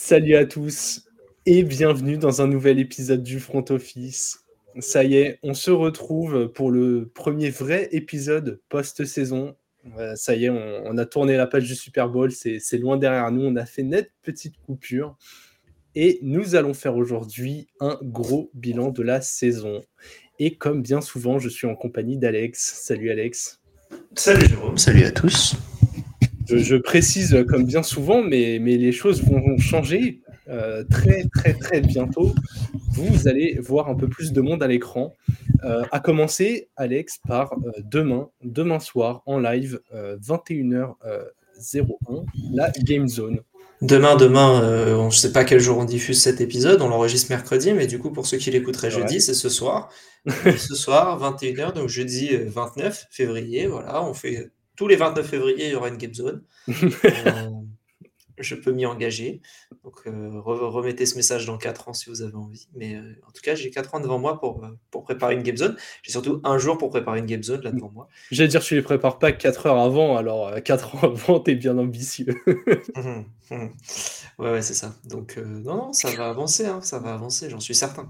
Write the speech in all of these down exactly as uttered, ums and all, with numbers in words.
Salut à tous et bienvenue dans un nouvel épisode du Front Office. Ça y est, on se retrouve pour le premier vrai épisode post-saison. Euh, ça y est, on, on a tourné la page du Super Bowl, c'est, c'est loin derrière nous, on a fait net petite coupure et nous allons faire aujourd'hui un gros bilan de la saison. Et comme bien souvent, je suis en compagnie d'Alex. Salut Alex. Salut Jérôme, salut à tous. Je, je précise comme bien souvent, mais, mais les choses vont changer euh, très très très bientôt. Vous allez voir un peu plus de monde à l'écran. Euh, à commencer, Alex, par euh, demain, demain soir, en live, euh, vingt et une heures zéro un, la Game Zone. Demain, demain, euh, on- je sais pas quel jour on diffuse cet épisode, on l'enregistre mercredi, mais du coup pour ceux qui l'écouteraient C'est vrai. jeudi, c'est ce soir. Euh, ce soir, vingt et une heures, donc jeudi euh, vingt-neuf février, voilà, on fait tous les vingt-neuf février, il y aura une Game Zone. Euh, je peux m'y engager. Donc euh, re- remettez ce message dans quatre ans si vous avez envie. Mais euh, en tout cas, j'ai quatre ans devant moi pour, euh, pour préparer une Game Zone. J'ai surtout un jour pour préparer une Game Zone là devant moi. J'allais dire, tu les prépares pas quatre heures avant, alors euh, quatre ans avant, t'es bien ambitieux. Mhm, mhm. Ouais, ouais, c'est ça. Donc, euh, non, non, ça va avancer, hein, ça va avancer, j'en suis certain.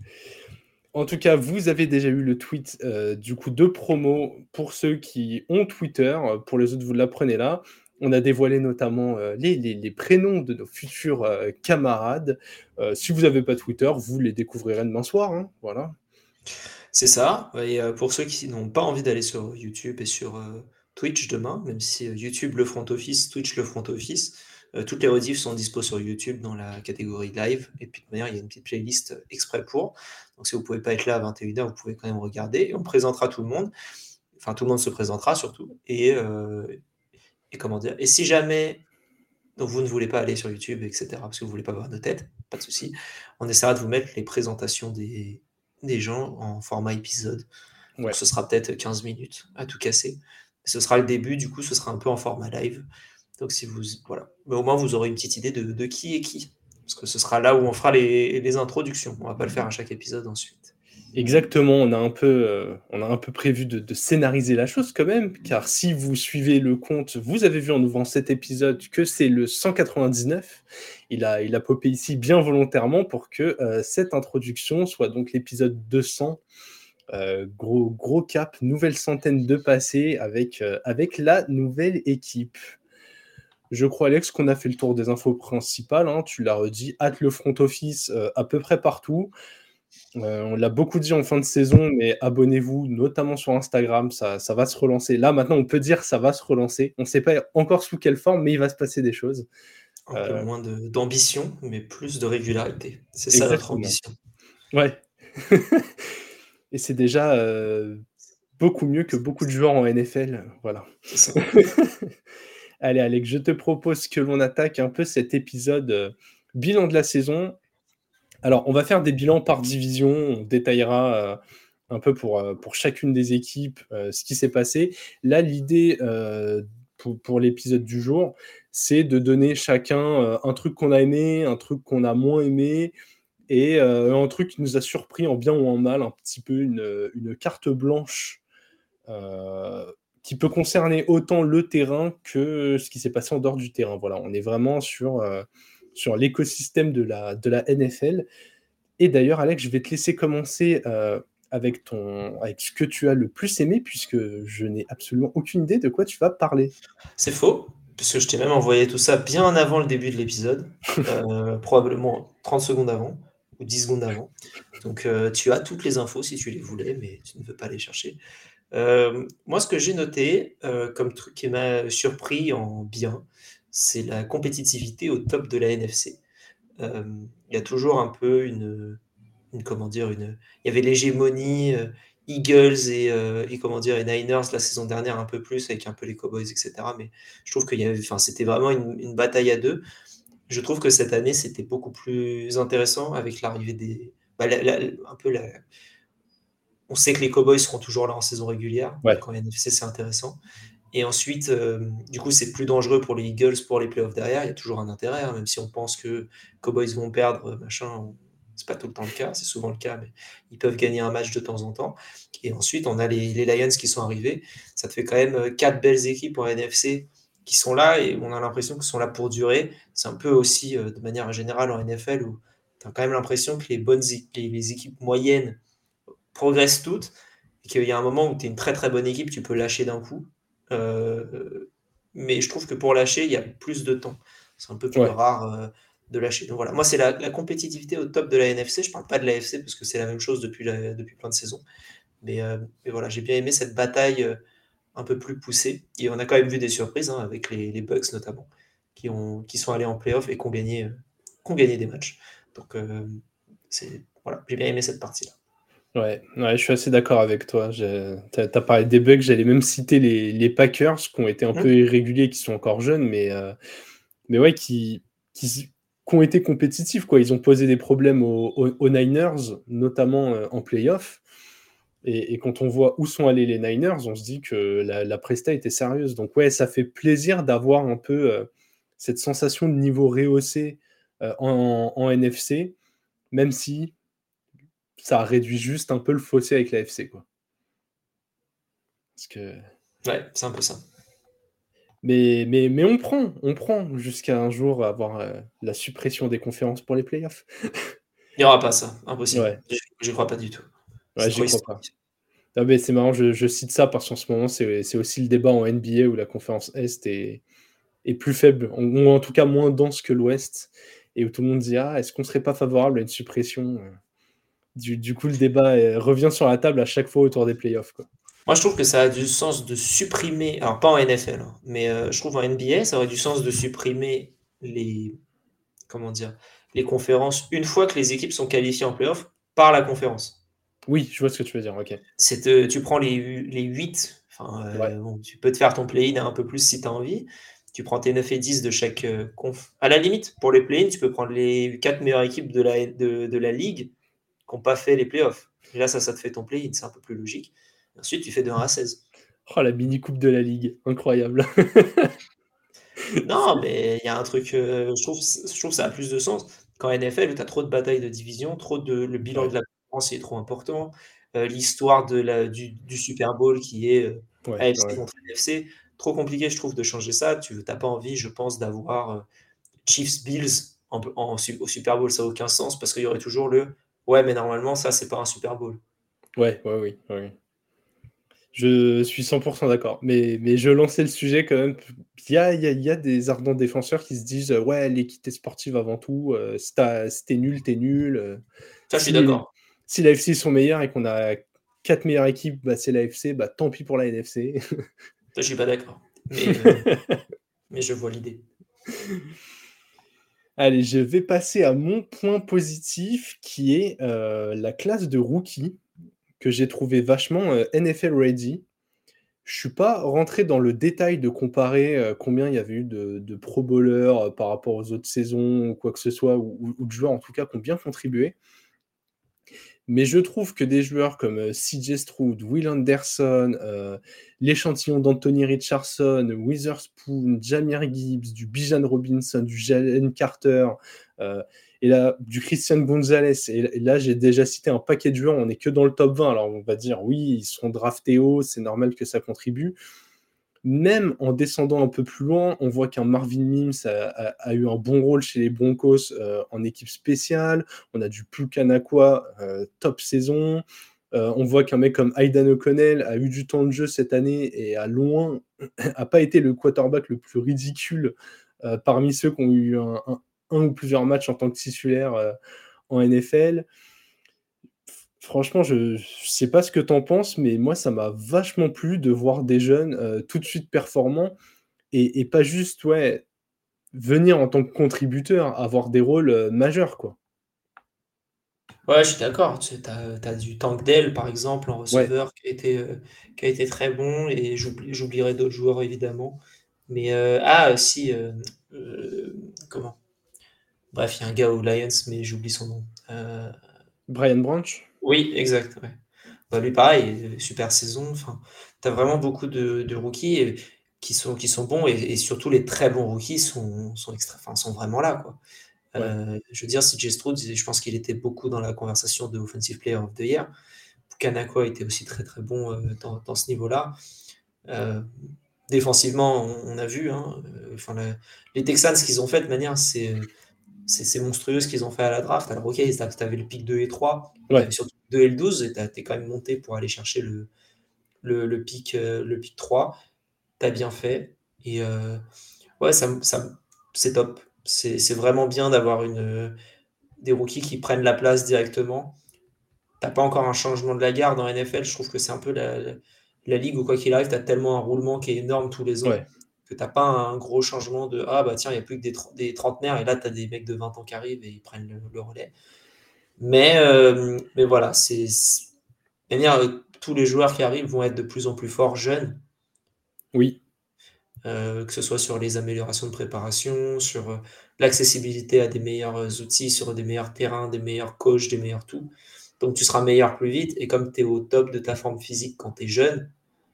En tout cas, vous avez déjà eu le tweet euh, du coup de promo pour ceux qui ont Twitter. Pour les autres, vous l'apprenez là. On a dévoilé notamment euh, les, les, les prénoms de nos futurs euh, camarades. Euh, si vous n'avez pas Twitter, vous les découvrirez demain soir. Hein, voilà. C'est ça. Et euh, pour ceux qui n'ont pas envie d'aller sur YouTube et sur euh, Twitch demain, même si euh, YouTube le front office, Twitch le front office, euh, toutes les rediffs sont dispo sur YouTube dans la catégorie live. Et puis de toute manière, il y a une petite playlist euh, exprès pour. Donc si vous pouvez pas être là à vingt et une heures, vous pouvez quand même regarder. Et on présentera tout le monde. Enfin, tout le monde se présentera surtout. Et, euh, et comment dire. Et si jamais donc vous ne voulez pas aller sur YouTube, et cetera, parce que vous voulez pas voir nos têtes, pas de souci. On essaiera de vous mettre les présentations des, des gens en format épisode. Donc Ouais. ce sera peut-être quinze minutes à tout casser. Ce sera le début, du coup, ce sera un peu en format live. Donc si vous. Voilà. Mais au moins, vous aurez une petite idée de, de qui est qui. Parce que ce sera là où on fera les, les introductions. On va pas le faire à chaque épisode ensuite. Exactement, on a un peu, euh, on a un peu prévu de, de scénariser la chose quand même, car si vous suivez le compte, vous avez vu en ouvrant cet épisode que c'est le cent quatre-vingt-dix-neuf. Il a, il a popé ici bien volontairement pour que euh, cette introduction soit donc l'épisode deux cents. Euh, gros, gros cap, nouvelle centaine de passés avec, euh, avec la nouvelle équipe. Je crois, Alex, qu'on a fait le tour des infos principales. Hein, tu l'as redit, hâte le front office euh, à peu près partout. Euh, on l'a beaucoup dit en fin de saison, mais abonnez-vous, notamment sur Instagram, ça, ça va se relancer. Là, maintenant, on peut dire ça va se relancer. On ne sait pas encore sous quelle forme, mais il va se passer des choses. Un peu Euh, moins de- d'ambition, mais plus de régularité. C'est ça notre exactement. ambition. Ouais. Et c'est déjà euh, beaucoup mieux que beaucoup de joueurs en N F L. Voilà. C'est ça. Allez, Alex, je te propose que l'on attaque un peu cet épisode euh, bilan de la saison. Alors, on va faire des bilans par division. On détaillera euh, un peu pour, euh, pour chacune des équipes euh, ce qui s'est passé. Là, l'idée euh, pour, pour l'épisode du jour, c'est de donner chacun euh, un truc qu'on a aimé, un truc qu'on a moins aimé, et euh, un truc qui nous a surpris en bien ou en mal, un petit peu une, une carte blanche euh, qui peut concerner autant le terrain que ce qui s'est passé en dehors du terrain. Voilà, on est vraiment sur, euh, sur l'écosystème de la, de la N F L. Et d'ailleurs, Alex, je vais te laisser commencer euh, avec, ton, avec ce que tu as le plus aimé, puisque je n'ai absolument aucune idée de quoi tu vas parler. C'est faux, puisque je t'ai même envoyé tout ça bien avant le début de l'épisode, euh, probablement trente secondes avant, ou dix secondes avant. Donc euh, tu as toutes les infos si tu les voulais, mais tu ne veux pas les chercher. Euh, moi, ce que j'ai noté euh, comme truc qui m'a surpris en bien, c'est la compétitivité au top de la N F C. Euh, Il y a toujours un peu une, une comment dire, une, il y avait l'hégémonie euh, Eagles et, euh, et comment dire, et Niners la saison dernière un peu plus avec un peu les Cowboys, et cetera. Mais je trouve qu'il y avait, enfin, c'était vraiment une, une bataille à deux. Je trouve que cette année c'était beaucoup plus intéressant avec l'arrivée des, bah, la- la- un peu la, on sait que les Cowboys seront toujours là en saison régulière, Ouais. donc en N F C c'est intéressant. Et ensuite, euh, du coup, c'est plus dangereux pour les Eagles pour les playoffs derrière. Il y a toujours un intérêt, hein, même si on pense que Cowboys vont perdre, machin. on- C'est pas tout le temps le cas, c'est souvent le cas, mais ils peuvent gagner un match de temps en temps. Et ensuite, on a les, les Lions qui sont arrivés. Ça te fait quand même euh, quatre belles équipes en N F C qui sont là et on a l'impression qu'ils sont là pour durer. C'est un peu aussi, heu, de manière générale en N F L où tu as quand même l'impression que les bonnes éq les les équipes moyennes progressent toutes et qu'il y a un moment où tu es une très, très bonne équipe, tu peux lâcher d'un coup. Heu, mais je trouve que pour lâcher, il y a plus de temps. C'est un peu plus Ouais. rare, heu, de lâcher. Donc voilà, moi, c'est la la compétitivité au top de la N F C. Je parle pas de l'A F C parce que c'est la même chose depuis la depuis plein de saisons. Mais, heu, mais voilà, j'ai bien aimé cette bataille, heu, un peu plus poussée et on a quand même vu des surprises, hein, avec les les Bucks notamment, qui ont qui sont allés en playoff et qui ont gagné, heu, qui ont gagné des matchs. Donc, hem, c'est voilà, j'ai bien aimé cette partie-là. Ouais, ouais, je suis assez d'accord avec toi. Je tu as tu as parlé des Bucks, j'allais même citer les les Packers qui ont été un peu Mmh. irréguliers, qui sont encore jeunes, mais heu, mais ouais, qui qui s qui ont été compétitifs, quoi. Ils ont posé des problèmes aux aux aux Niners, notamment, heu, en playoff et et quand on voit où sont allés les Niners, on se dit que la la presta était sérieuse. Donc ouais, ça fait plaisir d'avoir un peu, heu, cette sensation de niveau rehaussé, heu, en en N F C, même si ça réduit juste un peu le fossé avec l'A F C, quoi. Parce que Ouais, c'est un peu ça. mais mais mais on prend, on prend jusqu'à un jour avoir, heu, la suppression des conférences pour les playoffs. Il y aura pas ça, impossible. Ouais, J'y j'y crois pas du tout. ouais, C'est trop j'y crois pas. historique. Non, mais c'est marrant, je je cite ça parce qu'en ce moment, c'est c'est aussi le débat en N B A où la conférence Est est est plus faible, en ou en tout cas moins dense que l'Ouest et où tout le monde dit: «Ah, est-ce qu'on serait pas favorable à une suppression?» heu, du du coup, le débat, heu, revient sur la table à chaque fois autour des playoffs, quoi. Moi, je trouve que ça a du sens de supprimer alors pas en N F L, hein, mais, heu, je trouve en N B A, ça aurait du sens de supprimer les comment dire? Les conférences une fois que les équipes sont qualifiées en playoff par la conférence. Oui, je vois ce que tu veux dire, OK. C'est te tu prends les hu les huit, enfin, Ouais, heu, bon, tu peux te faire ton play-in un peu plus si tu as envie. Tu prends tes neuf et dix de chaque, heu, conf à la limite, pour les play-in, tu peux prendre les quatre meilleures équipes de la de de la ligue qui ont pas fait les playoffs. Et là, ça, ça te fait ton play-in, c'est un peu plus logique. Ensuite, tu fais de un à seize. oh la mini coupe de la ligue, incroyable. Non, mais il y a un truc, heu, je trouve je trouve que ça a plus de sens. Qu'en N F L où tu as trop de batailles de division, trop de le bilan de Ouais, la conférence est trop important, heu, l'histoire de la du du Super Bowl qui est, heu, ouais, A F C ouais. contre N F C, trop compliqué, je trouve, de changer ça. Tu as pas envie, je pense, d'avoir, heu, Chiefs Bills en p en su au Super Bowl, ça a aucun sens parce qu'il y aurait toujours le: «Ouais, mais normalement ça, c'est pas un Super Bowl». Ouais, ouais, oui, oui, oui. Je suis cent pour cent d'accord, mais mais je lançais le sujet quand même. Il y a il y a il y a des ardents défenseurs qui se disent: heu: «Ouais, l'équité sportive avant tout, heu, si tu as si tu es nul, tu es nul, heu, Ça, je suis si d'accord. si l'A F C sont meilleurs et qu'on a quatre meilleures équipes, bah, c'est l'A F C, bah, tant pis pour la N F C». Ça, je suis pas d'accord. Mais, heu, mais je vois l'idée. Allez, je vais passer à mon point positif qui est, heu, la classe de rookies que j'ai trouvé vachement, heu, N F L ready. Je suis pas rentré dans le détail de comparer, heu, combien il y avait eu de de pro bowlers, heu, par rapport aux autres saisons ou quoi que ce soit ou ou ou de joueurs en tout cas qui ont bien contribué. Mais je trouve que des joueurs comme, heu, C J Stroud, Will Anderson, heu, l'échantillon d'Anthony Richardson, Witherspoon, Jahmyr Gibbs, du Bijan Robinson, du Jalen Carter, heu et là du Christian Gonzalez et et là j'ai déjà cité un paquet de joueurs, on n'est que dans le top vingt. Alors on va dire: «Oui, ils sont draftés haut, c'est normal que ça contribue». Même en descendant un peu plus loin, on voit qu'un Marvin Mims a a a eu un bon rôle chez les Broncos, heu, en équipe spéciale. On a du Puka Nacua, heu, top saison. Heu, on voit qu'un mec comme Aidan O'Connell a eu du temps de jeu cette année et a loin a pas été le quarterback le plus ridicule, heu, parmi ceux qui ont eu un un un ou plusieurs matchs en tant que titulaire, heu, en N F L. Franchement, je je sais pas ce que tu en penses, mais moi, ça m'a vachement plu de voir des jeunes, heu, tout de suite performants et et pas juste, ouais, venir en tant que contributeur, avoir des rôles, heu, majeurs, quoi. Ouais, je suis d'accord. Tu as tu as du Tank Dell, par exemple, en Ouais, receveur qui a été, heu, qui a été très bon et j'oublie j'oublierai d'autres joueurs évidemment. Mais, heu, ah, si, hem, heu, comment? Bref, il y a un gars aux Lions, mais j'oublie son nom. Heu, Brian Branch? oui, exact, ouais. Bah, lui pareil, heu, super saison, enfin, tu as vraiment beaucoup de de rookies et qui sont qui sont bons et et surtout les très bons rookies sont sont extra enfin, sont vraiment là, quoi. Ouais, Heu, je veux dire, C J Stroud, je pense qu'il était beaucoup dans la conversation de Offensive Player of the Year. Kanako a été aussi très, très bon, heu, dans dans ce niveau-là. Heu, Défensivement, on, on a vu. Hein, euh, enfin, la- les Texans, ce qu'ils ont fait de manière, c'est, c'est, c'est monstrueux ce qu'ils ont fait à la draft. Alors, ok, tu avais le pick deux et trois, tu avais Ouais, surtout le deux et le douze, et tu es quand même monté pour aller chercher le, le, le pick, euh, le pick trois. Tu as bien fait. Et euh, ouais, ça, me- ça, me- c'est top. C'est, c'est vraiment bien d'avoir une, euh, des rookies qui prennent la place directement. T'as pas encore un changement de la garde en N F L. Je trouve que c'est un peu la, la, la ligue où, quoi qu'il arrive, tu as tellement un roulement qui est énorme tous les ans ouais. que t'as pas un gros changement de ah bah tiens, il n'y a plus que des, tr- des trentenaires et là, tu as des mecs de vingt ans qui arrivent et ils prennent le, le relais. Mais, euh, mais voilà, c'est. c'est- de manière, euh, tous les joueurs qui arrivent vont être de plus en plus forts jeunes, Oui. euh, que ce soit sur les améliorations de préparation, sur euh, l'accessibilité à des meilleurs euh, outils, sur des meilleurs terrains, des meilleurs coachs, des meilleurs tout. Donc tu seras meilleur plus vite. Et comme tu es au top de ta forme physique quand tu es jeune,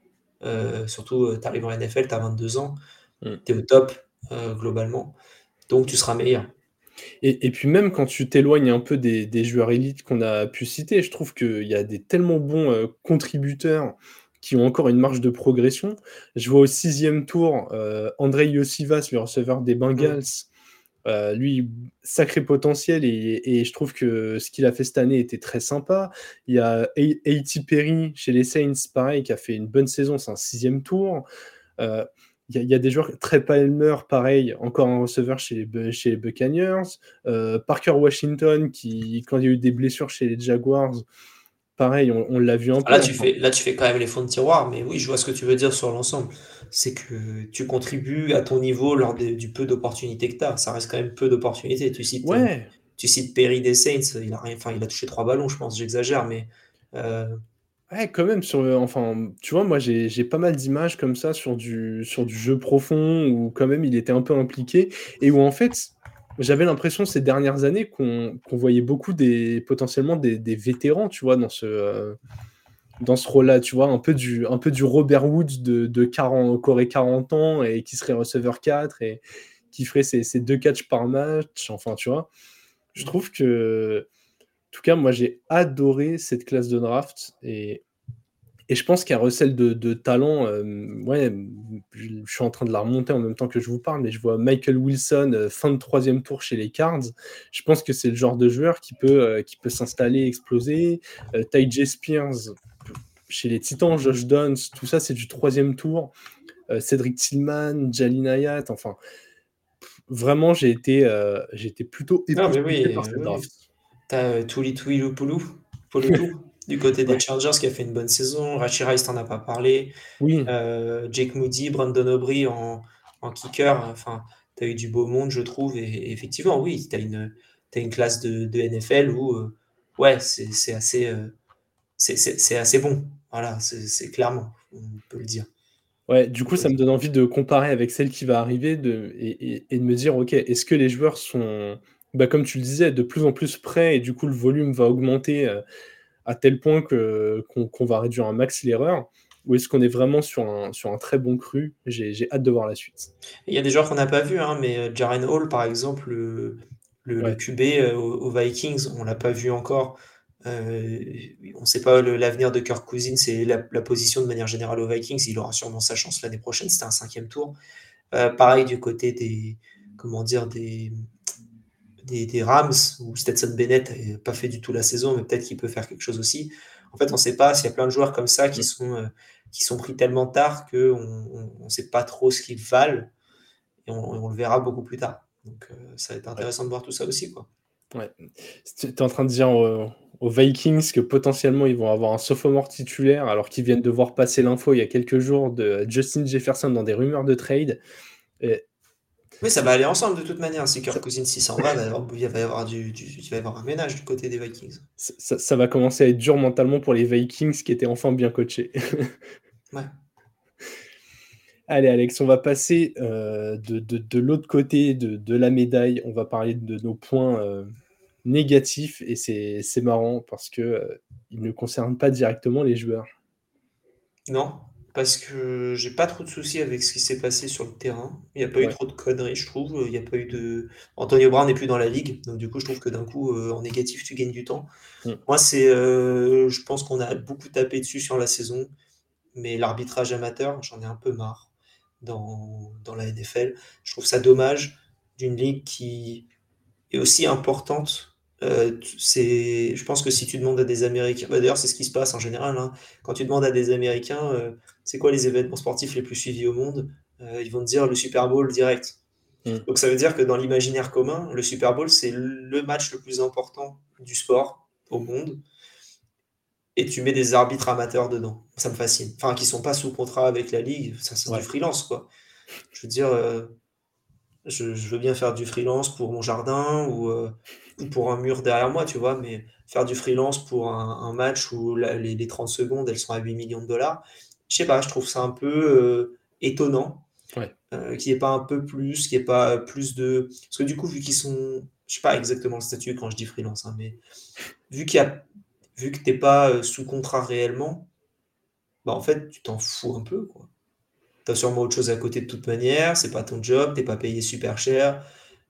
euh, surtout tu arrives en N F L, tu as vingt-deux ans, Mm. tu es au top euh, globalement. Donc tu seras meilleur. Et, et puis même quand tu t'éloignes un peu des, des joueurs élites qu'on a pu citer, je trouve qu'il y a des tellement bons euh, contributeurs qui ont encore une marge de progression. Je vois au sixième tour euh, Andrei Iosivas, le receveur des Mm. Bengals. Euh, lui, sacré potentiel et, et je trouve que ce qu'il a fait cette année était très sympa. Il y a A T Perry chez les Saints, pareil, qui a fait une bonne saison, c'est un sixième tour. Euh, il y, a, il y a des joueurs, Trey Palmer, pareil, encore un receveur chez les, Bu- chez les Buccaneers. Euh, Parker Washington, qui, quand il y a eu des blessures chez les Jaguars, pareil, on, on l'a vu un Ah, peu. Là, tu Enfin, fais, là, tu fais quand même les fonds de tiroir, mais oui, je vois ce que tu veux dire sur l'ensemble. C'est que tu contribues à ton niveau lors des- du peu d'opportunités que tu as. Ça reste quand même peu d'opportunités. Tu cites, euh, ouais, tu cites Perry des Saints, il a rien, enfin, il a touché trois ballons, je pense, j'exagère, mais euh, ouais, quand même, sur le- enfin, tu vois, moi j'ai j'ai pas mal d'images comme ça sur du, sur du jeu profond où quand même il était un peu impliqué et où en fait j'avais l'impression ces dernières années qu'on qu'on voyait beaucoup des potentiellement des, des vétérans, tu vois, dans ce, euh, dans ce rôle-là, tu vois, un peu du, un peu du Robert Woods de, de quarante, qui aurait quarante ans et qui serait receveur quatre et qui ferait ses, ses deux catchs par match, enfin, tu vois. Je trouve que, en tout cas, moi j'ai adoré cette classe de draft et et je pense qu'un recel de, de talent, euh, ouais, je, je suis en train de la remonter en même temps que je vous parle, mais je vois Michael Wilson, euh, fin de troisième tour chez les Cards. Je pense que c'est le genre de joueur qui peut, euh, qui peut s'installer, exploser. Euh, Ty J. Spears chez les Titans, Josh Downs, tout ça, c'est du troisième tour. Euh, Cédric Tillman, Jalin Hayat, enfin, vraiment, j'ai été, euh, j'ai été plutôt non, mais époustouflé oui, par euh, cette oui. draft. T'as euh, Tuli Tuilupoulou, Polotou, du côté des Ouais. Chargers qui a fait une bonne saison. Rashi Rice, t'en as pas parlé. Oui, Euh, Jake Moody, Brandon Aubrey en, en kicker. Enfin, tu as eu du beau monde, je trouve. Et, et effectivement, oui, tu as une, t'as une classe de, de N F L où, euh, ouais, c'est c'est assez, euh, c'est c'est- c'est assez bon. Voilà, c'est c'est clairement, on peut le dire. ouais, du On coup, peut le ça me dire. donne envie de comparer avec celle qui va arriver de, et, et- et de me dire, OK, est-ce que les joueurs sont, bah, comme tu le disais, de plus en plus prêts et du coup, le volume va augmenter euh, à tel point que, qu'on, qu'on va réduire un max l'erreur? Ou est-ce qu'on est vraiment sur un, sur un très bon cru? J'ai, j'ai hâte de voir la suite. Il y a des joueurs qu'on n'a pas vus, hein, mais euh, Jaren Hall, par exemple, le, le, le Ouais, Q B euh, aux, aux Vikings, on l'a pas vu encore. Euh, on ne sait pas le- l'avenir de Kirk Cousins, c'est la, la position de manière générale aux Vikings. Il aura sûrement sa chance l'année prochaine. C'était un cinquième tour. Euh, pareil du côté des, comment dire, des, des, des Rams, où Stetson Bennett n'a pas fait du tout la saison, mais peut-être qu'il peut faire quelque chose aussi. En fait, on ne sait pas s'il y a plein de joueurs comme ça qui mm, sont, euh, qui sont pris tellement tard qu'on ne sait pas trop ce qu'ils valent, et on, on le verra beaucoup plus tard. Donc euh, ça va être ouais, intéressant de voir tout ça aussi, quoi. ouais. Tu es en train de dire aux, aux Vikings que potentiellement ils vont avoir un sophomore titulaire alors qu'ils viennent de voir passer l'info il y a quelques jours de Justin Jefferson dans des rumeurs de trade. Et Oui, ça ça, va aller ensemble de toute manière. Si Kirk ça- Cousins s'il s'en va, il va y avoir, il va y avoir du, du- il va y avoir un ménage du côté des Vikings. ça, ça va commencer à être dur mentalement pour les Vikings qui étaient enfin bien coachés. Ouais. Allez Alex, on va passer euh, de, de- de l'autre côté de, de la médaille. On va parler de nos points euh, négatifs et c'est c'est marrant parce que euh, ils ne concernent pas directement les joueurs. Non, parce que j'ai pas trop de soucis avec ce qui s'est passé sur le terrain. Il n'y a pas eu Ouais. trop de conneries, je trouve. Il n'y a pas eu de. Antonio Brown n'est plus dans la ligue, donc du coup, je trouve que d'un coup, euh, en négatif, tu gagnes du temps. Mm. Moi, c'est, euh, je pense qu'on a beaucoup tapé dessus sur la saison, mais l'arbitrage amateur, j'en ai un peu marre. dans, dans la N F L. Je trouve ça dommage d'une ligue qui est aussi importante. Euh, c'est, je pense que si tu demandes à des Américains, bah d'ailleurs c'est ce qui se passe en général, hein. Quand tu demandes à des Américains, euh, c'est quoi les événements sportifs les plus suivis au monde, euh, ils vont te dire le Super Bowl direct. Mm. Donc ça veut dire que dans l'imaginaire commun, le Super Bowl c'est le match le plus important du sport au monde. Et tu mets des arbitres amateurs dedans. Ça me fascine. Enfin, qui sont pas sous contrat avec la ligue, ça c'est du Ouais. freelance, quoi. Je veux dire, euh, je, je veux bien faire du freelance pour mon jardin ou, euh, ou pour un mur derrière moi, tu vois, mais faire du freelance pour un, un match où la- les, les trente secondes, elles sont à huit millions de dollars, je sais pas, je trouve ça un peu euh, étonnant, Ouais. euh, qu'il n'y ait pas un peu plus, qu'il n'y ait pas plus de... Parce que du coup, vu qu'ils sont... Je sais pas exactement le statut quand je dis freelance, hein, mais vu qu'il y a... vu que t'es pas euh, sous contrat réellement, bah en fait, tu t'en fous un peu, quoi. T'as sûrement autre chose à côté de toute manière, c'est pas ton job, t'es pas payé super cher.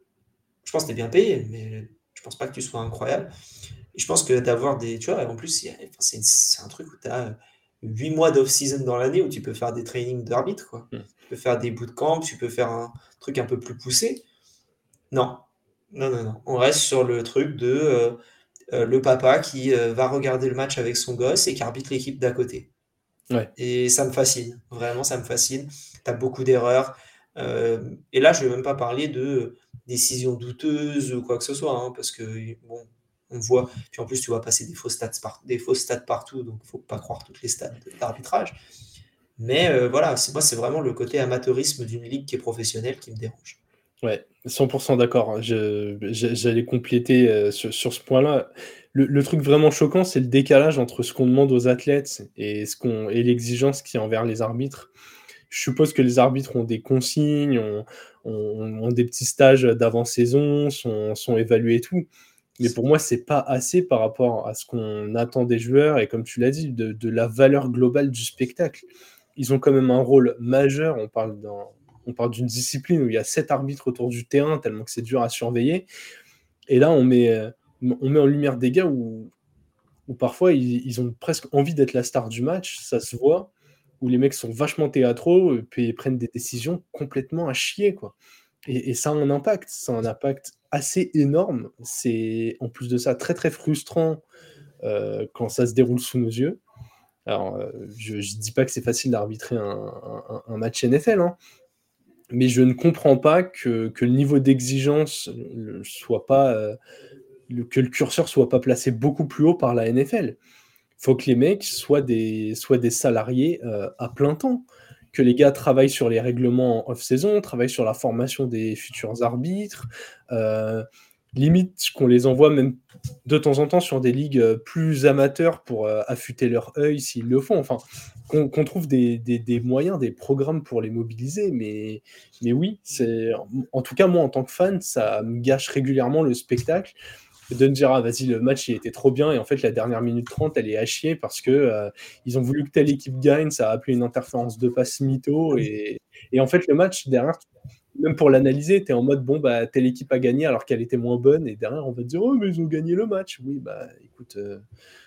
Je pense que t'es bien payé, mais je pense pas que tu sois incroyable. Et je pense que d'avoir des. Tu vois, en plus, il y a- enfin, c'est c'est un truc où tu as huit mois d'off-season dans l'année où tu peux faire des trainings d'arbitre, quoi. Mm. Tu peux faire des bootcamps, tu peux faire un truc un peu plus poussé. Non, non, non, non. On reste sur le truc de euh, euh, le papa qui euh, va regarder le match avec son gosse et qui arbitre l'équipe d'à côté. Ouais. Et ça me fascine, vraiment, ça me fascine. Tu as beaucoup d'erreurs. Euh, et là, je ne vais même pas parler de décisions douteuses ou quoi que ce soit, hein, parce que, bon, on voit. Puis en plus, tu vas passer des fausses stats, par, des fausses stats partout, donc il ne faut pas croire toutes les stats d'arbitrage. Mais euh, voilà, c'est, moi, c'est vraiment le côté amateurisme d'une ligue qui est professionnelle qui me dérange. Ouais, cent pour cent d'accord. Je je j'allais compléter, heu, sur sur ce point-là. Le le truc vraiment choquant, c'est le décalage entre ce qu'on demande aux athlètes et ce qu'on et l'exigence qu'il y a envers les arbitres. Je suppose que les arbitres ont des consignes, ont ont ont des petits stages d'avant-saison, sont sont évalués et tout. Mais pour moi, c'est pas assez par rapport à ce qu'on attend des joueurs et comme tu l'as dit, de de la valeur globale du spectacle. Ils ont quand même un rôle majeur. On parle d'un on parle d'une discipline où il y a sept arbitres autour du terrain, tellement que c'est dur à surveiller. Et là, on met, heu, on met en lumière des gars où où parfois ils ils ont presque envie d'être la star du match, ça se voit, où les mecs sont vachement théâtraux et puis ils prennent des décisions complètement à chier, quoi. Et et ça a un impact, ça a un impact assez énorme. C'est en plus de ça très, très frustrant, heu, quand ça se déroule sous nos yeux. Alors, heu, je je dis pas que c'est facile d'arbitrer un un un match N F L, hein, mais je ne comprends pas que que le niveau d'exigence, heu, soit pas, heu, le que le curseur soit pas placé beaucoup plus haut par la N F L. Faut que les mecs soient des soient des salariés, heu, à plein temps. Que les gars travaillent sur les règlements en off saison, travaillent sur la formation des futurs arbitres, heu, limite qu'on les envoie même de temps en temps sur des ligues, heu, plus amateurs pour, heu, affûter leur œil s'ils le font. Enfin, qu'on qu'on trouve des des des moyens, des programmes pour les mobiliser, mais mais oui, c'est en tout cas moi en tant que fan, ça me gâche régulièrement le spectacle de me dire: «Ah vas-y, le match il était trop bien» et en fait la dernière minute trente elle est à chier parce que, heu, ils ont voulu que telle équipe gagne, ça a appelé une interférence de passe mytho et et en fait le match derrière, même pour l'analyser, tu es en mode: «Bon bah telle équipe a gagné alors qu'elle était moins bonne» et derrière on va te dire: «Oh mais ils ont gagné le match». Oui bah écoute, heu,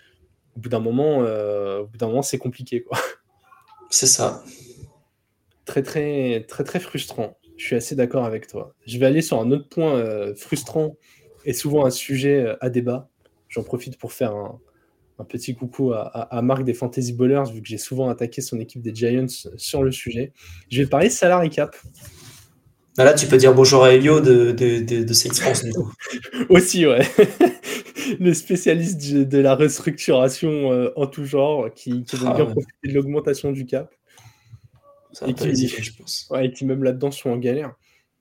au bout d'un moment, heu, au bout d'un moment c'est compliqué quoi. C'est ça. Très, très, très, très frustrant. Je suis assez d'accord avec toi. Je vais aller sur un autre point, heu, frustrant et souvent un sujet, heu, à débat. J'en profite pour faire un un petit coucou à à à Marc des Fantasy Ballers, vu que j'ai souvent attaqué son équipe des Giants sur le sujet. Je vais parler salary cap. Bah là, tu peux dire bonjour à Elio de, de, de, de Saints France, du coup. Aussi, ouais. Le spécialiste du de la restructuration, heu, en tout genre, qui qui vont Ah bien ouais, profiter de l'augmentation du cap ça va et pas qui les aider, je pense. ouais, et qui même là-dedans sont en galère.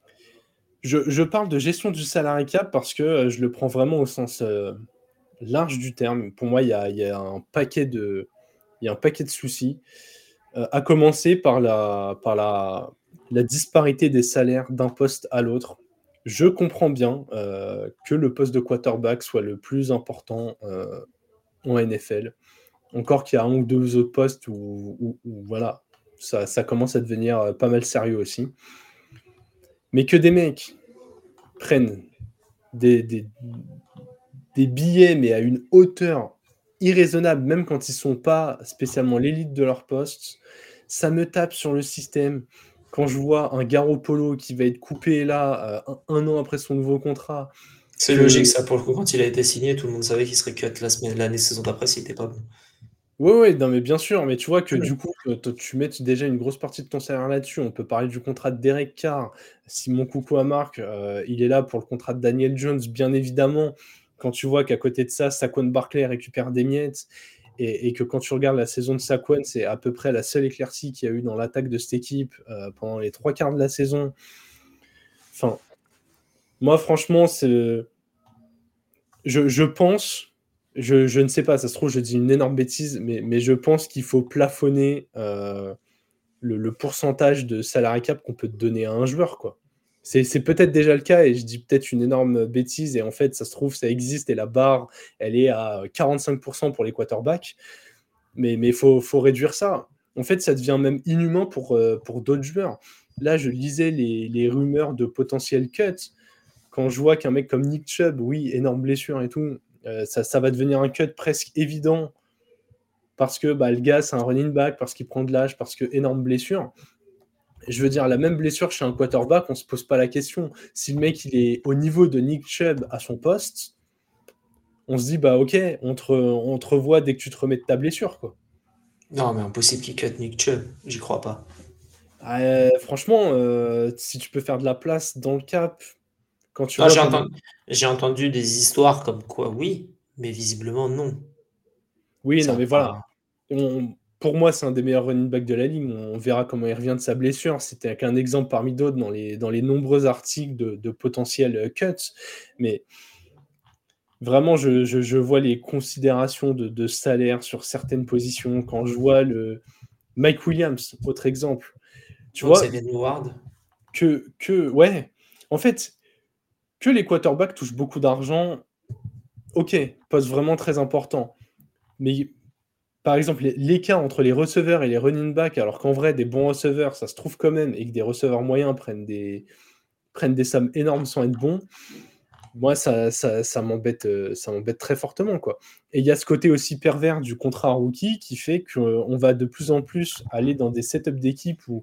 Je je parle de gestion du salary cap parce que, heu, je le prends vraiment au sens, heu, large du terme. Pour moi, il y a il y a un paquet de il y a un paquet de soucis, heu, à commencer par la par la la disparité des salaires d'un poste à l'autre. Je comprends bien, heu, que le poste de quarterback soit le plus important, heu, en N F L. Encore qu'il y a un ou deux autres postes où où où voilà, ça ça commence à devenir, heu, pas mal sérieux aussi. Mais que des mecs prennent des des des billets, mais à une hauteur irraisonnable, même quand ils sont pas spécialement l'élite de leur poste. Ça me tape sur le système. quand je vois un Garoppolo qui va être coupé là, euh, un, un an après son nouveau contrat, C'est que logique, ça, pour le coup, quand il a été signé, tout le monde savait qu'il serait cut la semaine, l'année saison d'après s'il était pas bon. ouais, ouais, non, mais bien sûr, mais tu vois que Mm. du coup, que toi, tu mets déjà une grosse partie de ton salaire là-dessus. On peut parler du contrat de Derek Carr. Si mon coucou à Marc, euh, il est là pour le contrat de Daniel Jones, bien évidemment. Quand tu vois qu'à côté de ça, Saquon Barkley récupère des miettes et, et que quand tu regardes la saison de Saquon, c'est à peu près la seule éclaircie qu'il y a eu dans l'attaque de cette équipe euh, pendant les trois quarts de la saison. Enfin, moi, franchement, c'est. Je, je pense, je, je ne sais pas, ça se trouve, je dis une énorme bêtise, mais, mais je pense qu'il faut plafonner euh, le, le pourcentage de salary cap qu'on peut te donner à un joueur, quoi. C'est, c'est peut-être déjà le cas et je dis peut-être une énorme bêtise et en fait, ça se trouve, ça existe et la barre, elle est à quarante-cinq pour cent pour les quarterbacks, mais il mais faut, faut réduire ça. En fait, ça devient même inhumain pour, euh, pour d'autres joueurs. Là, je lisais les, les rumeurs de potentiels cuts quand je vois qu'un mec comme Nick Chubb, oui, énorme blessure et tout, euh, ça, ça va devenir un cut presque évident parce que bah, le gars, c'est un running back, parce qu'il prend de l'âge, parce que énorme blessure. Je veux dire, la même blessure chez un quarterback, on se pose pas la question. Si le mec, il est au niveau de Nick Chubb à son poste, on se dit, bah ok, on te, on te revoit dès que tu te remets de ta blessure, quoi. Non, mais impossible qu'il cut Nick Chubb, j'y crois pas. Euh, franchement, euh, si tu peux faire de la place dans le cap, quand tu Non, vois j'ai comment. entendu, j'ai entendu des histoires comme quoi oui, mais visiblement non. Oui, non, Ça a mais voilà. pas. On- pour moi, c'est un des meilleurs running backs de la ligue. On verra comment il revient de sa blessure. C'était qu'un exemple parmi d'autres dans les, dans les nombreux articles de, de potentiels euh, cuts. Mais vraiment, je, je- je vois les considérations de, de salaire sur certaines positions. Quand je vois le Mike Williams, autre exemple, tu Donc vois Xavier Howard. que, que ouais, en fait, que les quarterbacks touchent beaucoup d'argent, ok, poste vraiment très important. Mais par exemple, l'écart entre les receveurs et les running backs, alors qu'en vrai, des bons receveurs, ça se trouve quand même, et que des receveurs moyens prennent des, prennent des sommes énormes sans être bons, moi, ça, ça, ça m'embête, euh, ça m'embête très fortement, quoi. Et il y a ce côté aussi pervers du contrat rookie qui fait qu'on va de plus en plus aller dans des setups d'équipe où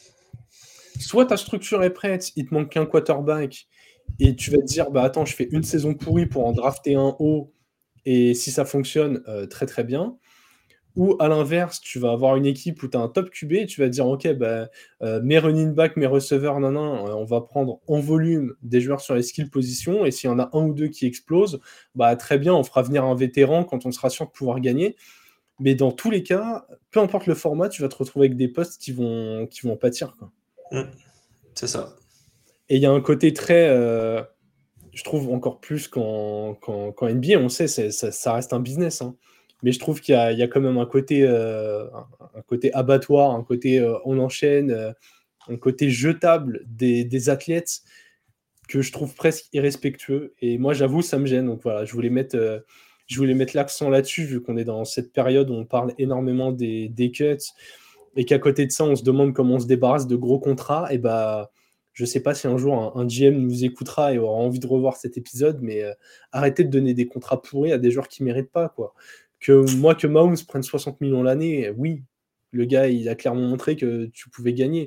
soit ta structure est prête, il te manque qu'un quarterback, et tu vas te dire, bah attends, je fais une saison pourrie pour en drafter un haut, et si ça fonctionne, euh, très très bien. Ou à l'inverse, tu vas avoir une équipe où tu as un top Q B et tu vas te dire, OK, bah, euh, mes running back, mes receveurs, nan, nan, euh, on va prendre en volume des joueurs sur les skill positions et s'il y en a un ou deux qui explosent, bah, très bien, on fera venir un vétéran quand on sera sûr de pouvoir gagner. Mais dans tous les cas, peu importe le format, tu vas te retrouver avec des postes qui vont, qui vont pâtir, quoi. Mm, c'est ça. Et il y a un côté très, euh, je trouve encore plus qu'en, qu'en, qu'en N B A, on sait, c'est, ça, ça reste un business, hein. Mais je trouve qu'il y a, il y a quand même un côté, euh, un, un côté abattoir, un côté euh, on enchaîne, euh, un côté jetable des, des athlètes que je trouve presque irrespectueux. Et moi, j'avoue, ça me gêne. Donc voilà, je voulais mettre, euh, je voulais mettre l'accent là-dessus, vu qu'on est dans cette période où on parle énormément des, des cuts et qu'à côté de ça, on se demande comment on se débarrasse de gros contrats. Et bah, je sais pas si un jour un, un G M nous écoutera et aura envie de revoir cet épisode, mais euh, arrêtez de donner des contrats pourris à des joueurs qui méritent pas, quoi. Que moi, que Mahomes prenne soixante millions l'année, oui, le gars, il a clairement montré que tu pouvais gagner.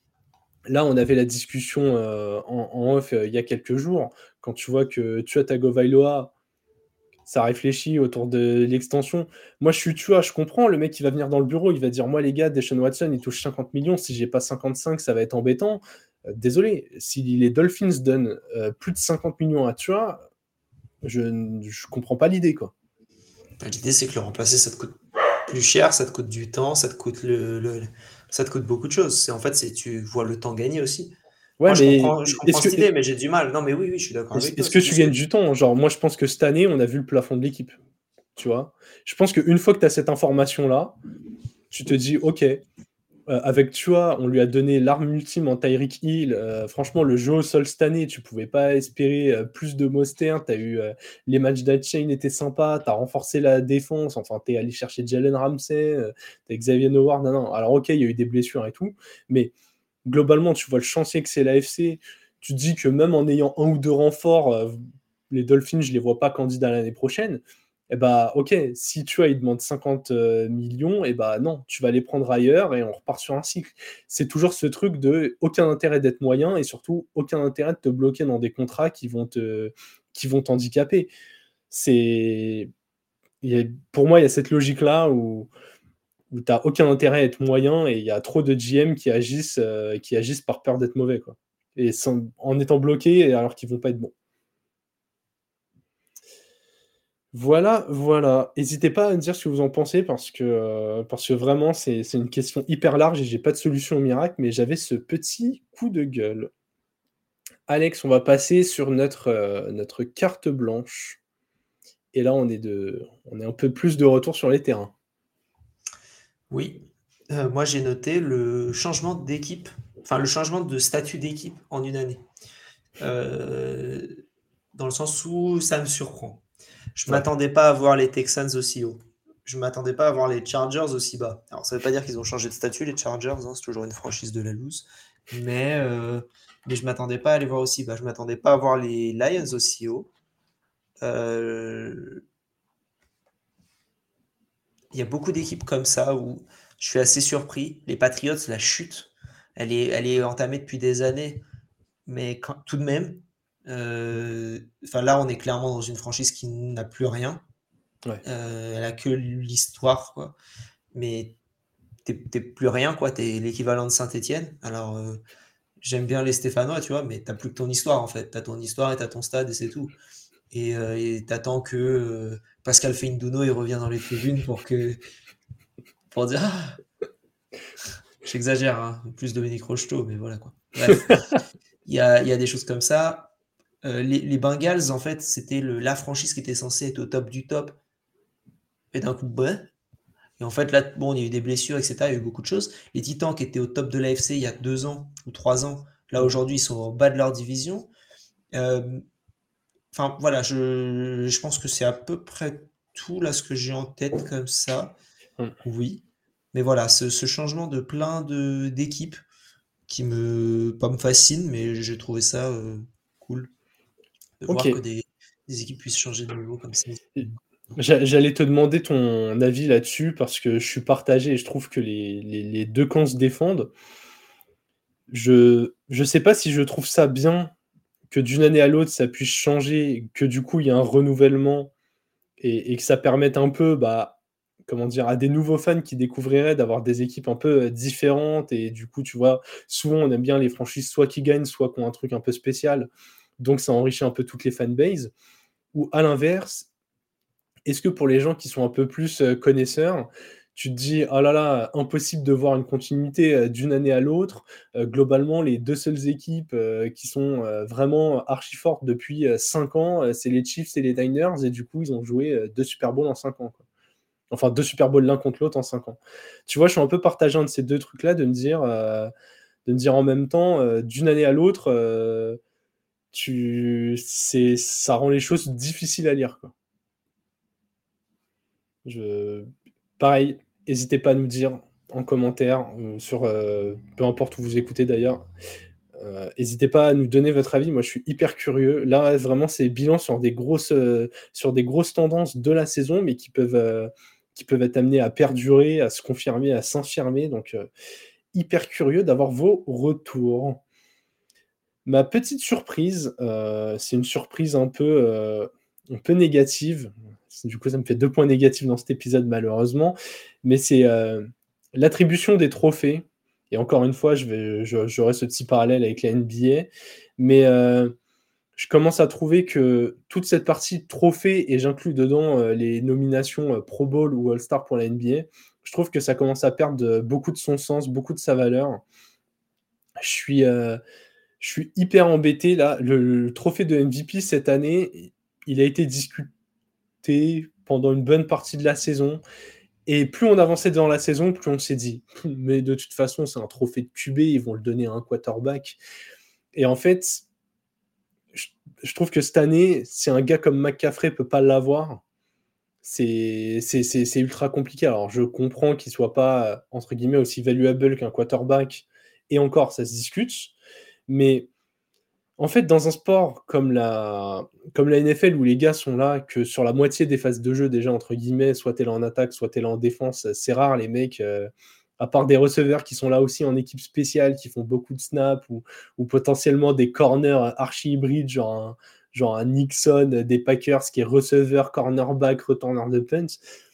Là, on avait la discussion euh, en, en off euh, il y a quelques jours, quand tu vois que Tua Tagovailoa, ça réfléchit autour de l'extension. Moi, je suis, tu vois, je comprends, le mec, il va venir dans le bureau, il va dire, moi, les gars, Deshaun Watson, il touche cinquante millions, si j'ai pas cinquante-cinq, ça va être embêtant. Euh, désolé, si les Dolphins donnent euh, plus de cinquante millions à Tua, je ne comprends pas l'idée, quoi. Bah, l'idée, c'est que le remplacer, ça te coûte plus cher, ça te coûte du temps, ça te coûte le, le- ça te coûte beaucoup de choses. C'est en fait, c'est tu vois le temps gagner aussi. Ouais, Moi, je mais comprends, je comprends est-ce que, cette idée, mais j'ai du mal. Non, mais oui, oui, je suis d'accord est-ce, avec toi. est-ce que C'est tu juste que gagnes du temps? Genre, moi, je pense que cette année, on a vu le plafond de l'équipe, tu vois. Je pense qu'une fois que tu as cette information-là, tu te dis, OK, Euh, avec Tua, on lui a donné l'arme ultime en Tyreek Hill. Euh, franchement, le jeu au sol cette année, tu pouvais pas espérer euh, plus de Mostert. Tu as eu euh, les matchs d'Hatchain étaient sympas. Tu as renforcé la défense. Enfin, tu es allé chercher Jalen Ramsey. Euh, tu Xavier Howard. Non, non. Alors, ok, il y a eu des blessures et tout. Mais globalement, tu vois le chantier que c'est l'A F C. Tu te dis que même en ayant un ou deux renforts, euh, les Dolphins, je les vois pas candidats l'année prochaine. Et bah, OK, si Tua, il demande cinquante euh, millions, et bah non, tu vas les prendre ailleurs et on repart sur un cycle. C'est toujours ce truc de aucun intérêt d'être moyen et surtout aucun intérêt de te bloquer dans des contrats qui vont te qui vont t'handicaper. C'est il y a pour moi, il y a cette logique-là où où tu as aucun intérêt à être moyen et il y a trop de G M qui agissent, heu, qui agissent par peur d'être mauvais, quoi et sans en étant bloqués alors qu'ils vont pas être bons. Voilà, voilà. N'hésitez pas à me dire ce que vous en pensez parce que, heu, parce que vraiment c'est c'est une question hyper large et j'ai pas de solution miracle, mais j'avais ce petit coup de gueule. Alex, on va passer sur notre, heu, notre carte blanche et là on est de on est un peu plus de retour sur les terrains. Oui, heu, moi j'ai noté le changement d'équipe, enfin le changement de statut d'équipe en une année. Heu, dans le sens où ça me surprend. Je Ouais. m'attendais pas à voir les Texans aussi haut. Je m'attendais pas à voir les Chargers aussi bas. Alors ça veut pas dire qu'ils ont changé de statut les Chargers, hein, c'est toujours une franchise de la loose, mais heu, mais je m'attendais pas à les voir aussi bas. Je m'attendais pas à voir les Lions aussi haut. Heu, il y a beaucoup d'équipes comme ça où je suis assez surpris. Les Patriots, la chute, elle est elle est entamée depuis des années, mais quand tout de même, heu, enfin là, on est clairement dans une franchise qui n'a plus rien. Ouais. Heu, elle a que l'histoire, quoi. Mais t'es t'es plus rien, quoi. T'es l'équivalent de Saint-Étienne. Alors, heu, j'aime bien les Stéphanois, tu vois, mais t'as plus que ton histoire, en fait. T'as ton histoire et t'as ton stade et c'est tout. Et, heu, et tu que euh, Pascal Feindouno il revient dans les tribunes pour que pour dire ah, j'exagère, hein, plus Dominique Rocheteau, mais voilà quoi. Bref, il y a, il y a des choses comme ça. Euh, les, les Bengals, en fait, c'était le, la franchise qui était censée être au top du top, et d'un coup, bah, et en fait, là, bon, il y a eu des blessures, et cetera. Il y a eu beaucoup de choses. Les Titans qui étaient au top de l'A F C il y a deux ans ou trois ans, là Mmh. aujourd'hui, ils sont au bas de leur division. Euh, Enfin, voilà, je, je pense que c'est à peu près tout là ce que j'ai en tête comme ça. Mmh. Oui. Mais voilà, ce, ce changement de plein de d'équipes qui me, pas me fascine, mais j'ai trouvé ça euh, cool de voir que OK. des, des équipes puissent changer de niveau comme ça. Et j'a j'allais te demander ton avis là-dessus parce que je suis partagé et je trouve que les les les deux camps se défendent. Je je sais pas si je trouve ça bien que d'une année à l'autre, ça puisse changer, que du coup, il y a un renouvellement et et que ça permette un peu, bah, comment dire? À des nouveaux fans qui découvriraient d'avoir des équipes un peu, heu, différentes et du coup, tu vois? Souvent, on aime bien les franchises soit qui gagnent, soit qui ont un truc un peu spécial, donc ça enrichit un peu toutes les fanbases ou à l'inverse, est-ce que pour les gens qui sont un peu plus, heu, connaisseurs, tu te dis: «Oh là là, impossible de voir une continuité, heu, d'une année à l'autre». Heu, globalement, les deux seules équipes, heu, qui sont, heu, vraiment archi fortes depuis, heu, cinq ans, heu, c'est les Chiefs et les Niners et du coup, ils ont joué, heu, deux Super Bowls en cinq ans, quoi. Enfin deux Super Bowls l'un contre l'autre en cinq ans. Tu vois, je suis un peu partagé entre ces deux trucs-là de me dire, heu, de me dire en même temps, heu, d'une année à l'autre, heu, tu c'est ça rend les choses difficiles à lire, quoi. Je Pareil, n'hésitez pas à nous dire en commentaire, heu, sur, heu, peu importe où vous écoutez d'ailleurs, heu, hésitez pas à nous donner votre avis. Moi, je suis hyper curieux. Là, vraiment, c'est bilan sur des grosses, heu, sur des grosses tendances de la saison, mais qui peuvent, heu, qui peuvent être amenées à perdurer, à se confirmer, à s'infirmer, donc heu, hyper curieux d'avoir vos retours. Ma petite surprise, heu, c'est une surprise un peu, heu, un peu négative. Du coup, ça me fait deux points négatifs dans cet épisode malheureusement, mais c'est, heu, l'attribution des trophées et encore une fois, je vais je j'aurai ce petit parallèle avec la N B A, mais, heu, je commence à trouver que toute cette partie trophées et j'inclus dedans, heu, les nominations, heu, Pro Bowl ou All-Star pour la N B A, je trouve que ça commence à perdre de beaucoup de son sens, beaucoup de sa valeur. Je suis, heu je suis hyper embêté là. Le le trophée de M V P cette année, il a été discuté pendant une bonne partie de la saison et plus on avançait dans la saison, plus on s'est dit: «Mais de toute façon, c'est un trophée de Q B, ils vont le donner à un quarterback» et en fait, je je trouve que cette année, si un gars comme McCaffrey peut pas l'avoir, c'est c'est c'est c'est ultra compliqué. Alors je comprends qu'il soit pas, entre guillemets, «aussi valuable» qu'un quarterback et encore ça se discute, mais En fait, dans un sport comme la comme la N F L où les gars sont là que sur la moitié des phases de jeu déjà entre guillemets, soit tu es là en attaque, soit tu es là en défense, c'est rare les mecs, heu, à part des receveurs qui sont là aussi en équipe spéciale, qui font beaucoup de snaps ou ou potentiellement des corners archi hybrides, genre un genre un Nixon des Packers qui est receveur, cornerback, retourneur de punt.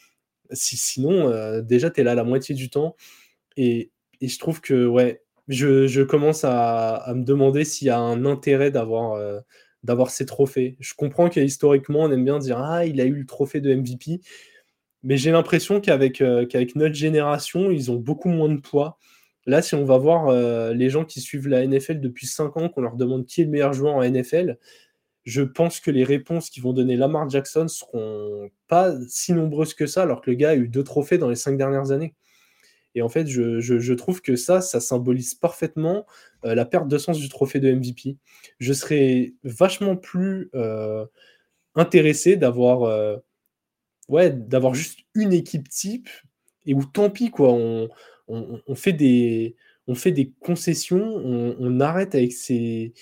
Si sinon, heu, déjà tu es là la moitié du temps et et je trouve que ouais, je je commence à à me demander s'il y a un intérêt d'avoir, heu, d'avoir ces trophées. Je comprends qu'historiquement, on aime bien dire: «Ah, il a eu le trophée de M V P», mais j'ai l'impression qu'avec, heu, qu'avec notre génération, ils ont beaucoup moins de poids. Là, si on va voir, heu, les gens qui suivent la N F L depuis cinq ans, qu'on leur demande qui est le meilleur joueur en N F L, je pense que les réponses qu'ils vont donner Lamar Jackson seront pas si nombreuses que ça, alors que le gars a eu deux trophées dans les cinq dernières années. Et en fait, je je je trouve que ça, ça symbolise parfaitement, heu, la perte de sens du trophée de M V P. Je serais vachement plus, heu, intéressé d'avoir, heu, ouais, d'avoir juste une équipe type et où tant pis quoi, on on on fait des on fait des concessions, on on arrête avec ces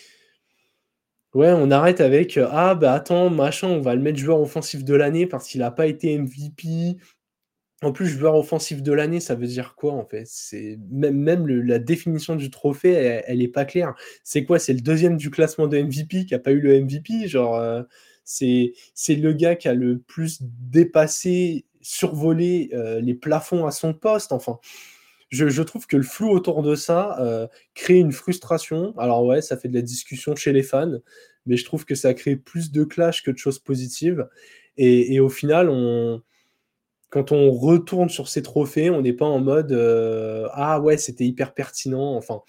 ouais, on arrête avec, heu: «Ah bah attends, machin, on va le mettre joueur offensif de l'année parce qu'il a pas été M V P». En plus, joueur offensif de l'année, ça veut dire quoi, en fait? C'est même même le la définition du trophée, elle elle est pas claire. C'est quoi? C'est le deuxième du classement de M V P qui a pas eu le M V P? Genre, heu, c'est c'est le gars qui a le plus dépassé, survolé, heu, les plafonds à son poste, enfin. Je je trouve que le flou autour de ça, heu, crée une frustration. Alors ouais, ça fait de la discussion chez les fans, mais je trouve que ça crée plus de clash que de choses positives et et au final, on quand on retourne sur ces trophées, on n'est pas en mode, heu: «Ah ouais, c'était hyper pertinent», enfin,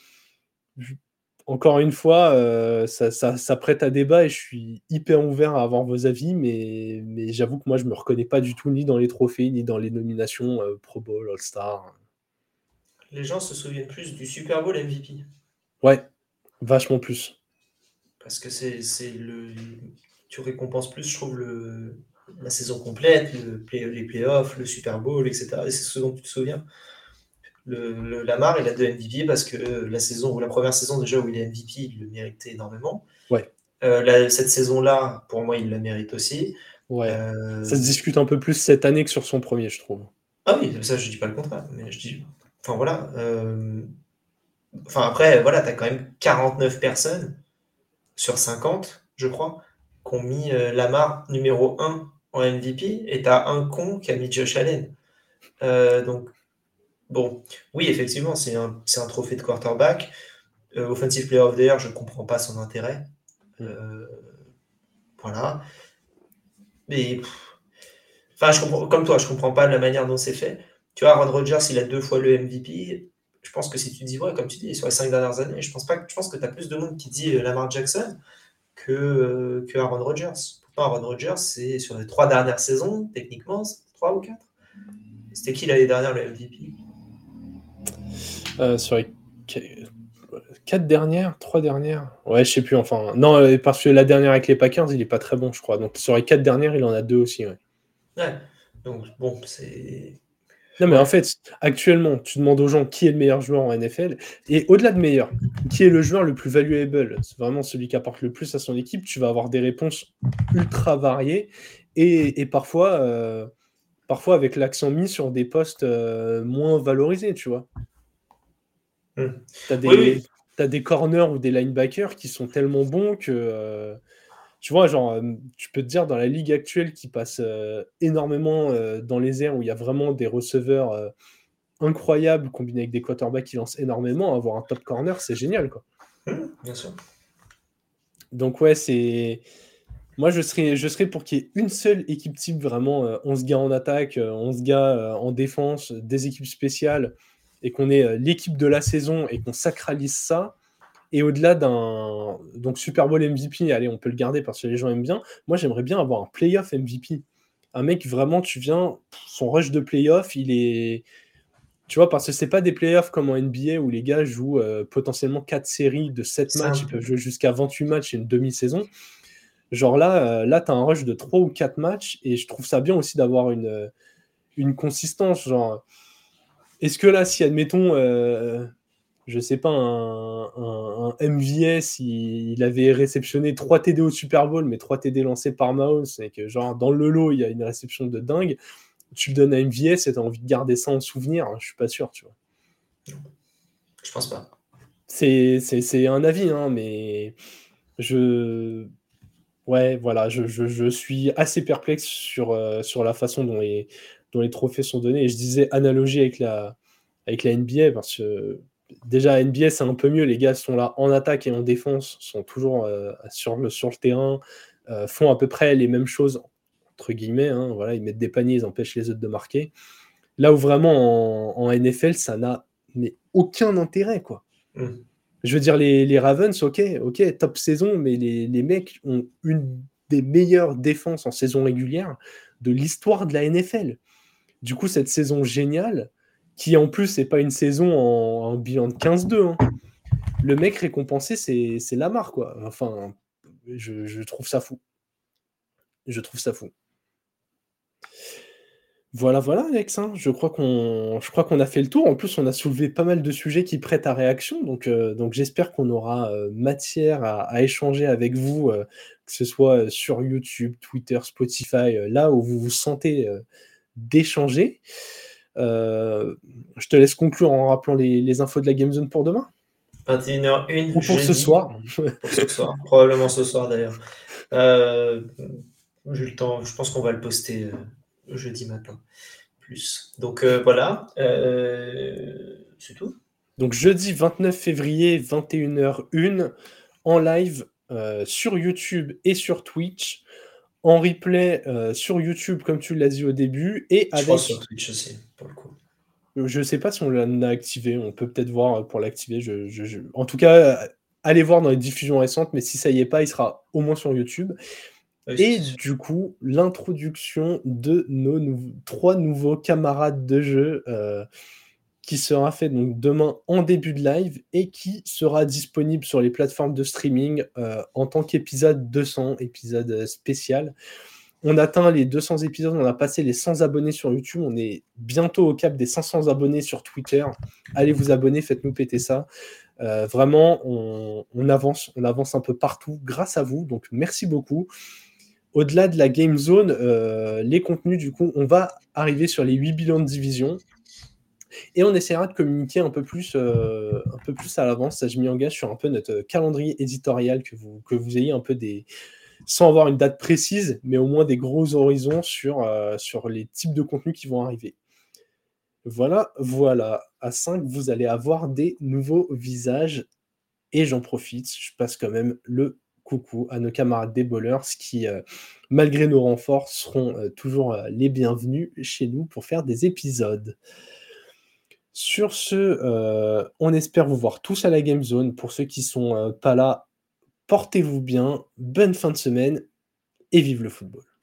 je encore une fois, heu, ça ça ça prête à débat et je suis hyper ouvert à avoir vos avis, mais mais j'avoue que moi, je me reconnais pas du tout ni dans les trophées, ni dans les nominations, heu, Pro Bowl, All-Star. Les gens se souviennent plus du Super Bowl M V P. Ouais, vachement plus. Parce que c'est c'est le tu récompenses plus, je trouve, le la saison complète, le play les playoffs, le Super Bowl et cetera et c'est ce dont tu te souviens. Le le Lamar, il a deux M V P parce que la saison ou la première saison déjà où il est M V P, il le méritait énormément. Ouais, Heu, là, cette saison-là, pour moi, il la mérite aussi. ouais. Ça se Heu, discute un peu plus cette année que sur son premier, je trouve. ah oui, ça je dis pas le contraire, mais je dis enfin voilà, hem, enfin après voilà, tu as quand même quarante-neuf personnes sur cinquante, je crois, qui ont mis, heu, Lamar numéro un en M V P et tu as un con qui a mis Josh Allen. Heu, donc bon, oui, effectivement, c'est un c'est un trophée de quarterback. Heu, Offensive Player of the Year, je comprends pas son intérêt. Mmh. Heu, voilà, mais enfin, je comprends, comme toi, je comprends pas la manière dont c'est fait. Tu vois, Aaron Rodgers, il a deux fois le M V P. Je pense que si tu dis, ouais, comme tu dis, sur les cinq dernières années, je pense pas que, je pense que tu as plus de monde qui dit euh, Lamar Jackson que, euh, que Aaron Rodgers. Pourtant, Aaron Rodgers, c'est sur les trois dernières saisons, techniquement, trois ou quatre. C'était qui l'année dernière le M V P? Heu, sur les qu quatre dernières, trois dernières? Ouais, je sais plus, enfin non, heu, parce que la dernière avec les Packers, il est pas très bon, je crois. Donc sur les quatre dernières, il en a deux aussi, ouais. Ouais. Donc, bon, c'est. Non, mais en Ouais. fait, actuellement, tu demandes aux gens qui est le meilleur joueur en N F L et au-delà de meilleur, qui est le joueur le plus valuable? C'est vraiment celui qui apporte le plus à son équipe. Tu vas avoir des réponses ultra variées et et parfois, heu, parfois avec l'accent mis sur des postes, heu, moins valorisés, tu vois? Hmm. Tu as Oui, oui. des tu des corners ou des linebackers qui sont tellement bons que, heu, tu vois, genre, hem, tu peux te dire dans la ligue actuelle qui passe, heu, énormément, heu, dans les airs, où il y a vraiment des receveurs, heu, incroyables combinés avec des quarterbacks qui lancent énormément, avoir un top corner, c'est génial, quoi. Hmm, bien sûr. Donc ouais, c'est moi je serais je serais pour qu'il y ait une seule équipe type vraiment, heu, onze gars en attaque, heu, onze gars, heu, en défense, des équipes spéciales et qu'on ait, heu, l'équipe de la saison et qu'on sacralise ça. Et au-delà d'un donc Super Bowl M V P, allez, on peut le garder parce que les gens aiment bien. Moi, j'aimerais bien avoir un playoff M V P. Un mec, vraiment, tu viens, son rush de playoff, il est. Tu vois, parce que c'est pas des playoffs comme en N B A où les gars jouent euh, potentiellement quatre séries de sept C'est matchs, un ils peu. peuvent jouer jusqu'à vingt-huit matchs et une demi-saison. Genre là, euh, là tu as un rush de trois ou quatre matchs et je trouve ça bien aussi d'avoir une, euh, une consistance. Genre, est-ce que là, si admettons, euh, je sais pas, un, un, un M V S, il, il avait réceptionné trois T D au Super Bowl, mais trois T D lancés par Mahomes, et que genre dans le lot, il y a une réception de dingue. Tu le donnes à M V S et tu as envie de garder ça en souvenir, je suis pas sûr, tu vois. Je pense pas. C'est, c'est, c'est un avis, hein, mais je... Ouais, voilà, je, je, je suis assez perplexe sur, euh, sur la façon dont les, dont les trophées sont donnés. Et je disais analogie avec la, avec la N B A, parce que déjà, N B A, c'est un peu mieux. Les gars sont là en attaque et en défense, sont toujours euh, sur, le, sur le terrain, euh, font à peu près les mêmes choses, entre guillemets. Hein, voilà, ils mettent des paniers, ils empêchent les autres de marquer. Là où vraiment, en, en N F L, ça n'a mais aucun intérêt, quoi. Mm. Je veux dire, les, les Ravens, ok, ok, top saison, mais les, les mecs ont une des meilleures défenses en saison régulière de l'histoire de la N F L. Du coup, cette saison géniale, qui en plus n'est pas une saison en, en bilan de quinze deux, hein. Le mec récompensé, c'est, c'est Lamar, quoi. Enfin, je, je trouve ça fou. Je trouve ça fou. Voilà, voilà, Alex. Hein. Je crois qu'on, je crois qu'on a fait le tour. En plus, on a soulevé pas mal de sujets qui prêtent à réaction. Donc, euh, donc j'espère qu'on aura euh, matière à, à échanger avec vous, euh, que ce soit sur YouTube, Twitter, Spotify, euh, là où vous vous sentez euh, d'échanger. Euh, je te laisse conclure en rappelant les, les infos de la Game Zone pour demain. vingt et une heures une, Ou pour jeudi. ce soir. Pour ce soir. Probablement ce soir d'ailleurs. Euh, j'ai le temps. Je pense qu'on va le poster euh, jeudi matin. Plus. Donc euh, voilà. Euh, c'est tout. Donc jeudi vingt-neuf février, vingt et une heures une, en live euh, sur YouTube et sur Twitch. En replay euh, sur YouTube, comme tu l'as dit au début, et Je crois avec... sur Twitch aussi, pour le coup. Je ne sais pas si on l'a activé, on peut peut-être voir pour l'activer. Je, je, je... En tout cas, allez voir dans les diffusions récentes, mais si ça y est pas, il sera au moins sur YouTube. Oui, Et du coup, l'introduction de nos nou- trois nouveaux camarades de jeu euh, qui sera fait donc demain en début de live et qui sera disponible sur les plateformes de streaming euh, en tant qu'épisode deux cents, épisode spécial. On atteint les deux cents épisodes, on a passé les cent abonnés sur YouTube, on est bientôt au cap des cinq cents abonnés sur Twitter. Allez vous abonner, faites-nous péter ça. Euh, vraiment, on, on avance, on avance un peu partout grâce à vous, donc merci beaucoup. Au-delà de la Game Zone, euh, les contenus, du coup, on va arriver sur les huit bilans de division et on essaiera de communiquer un peu plus, euh, un peu plus à l'avance. Ça, je m'y engage sur un peu notre calendrier éditorial, que vous, que vous ayez un peu des... sans avoir une date précise, mais au moins des gros horizons sur, euh, sur les types de contenus qui vont arriver. Voilà, voilà. À cinq, vous allez avoir des nouveaux visages. Et j'en profite, je passe quand même le coucou à nos camarades des bowlers qui, euh, malgré nos renforts, seront euh, toujours euh, les bienvenus chez nous pour faire des épisodes. Sur ce, euh, on espère vous voir tous à la Game Zone. Pour ceux qui sont euh, pas là, portez-vous bien, bonne fin de semaine et vive le football.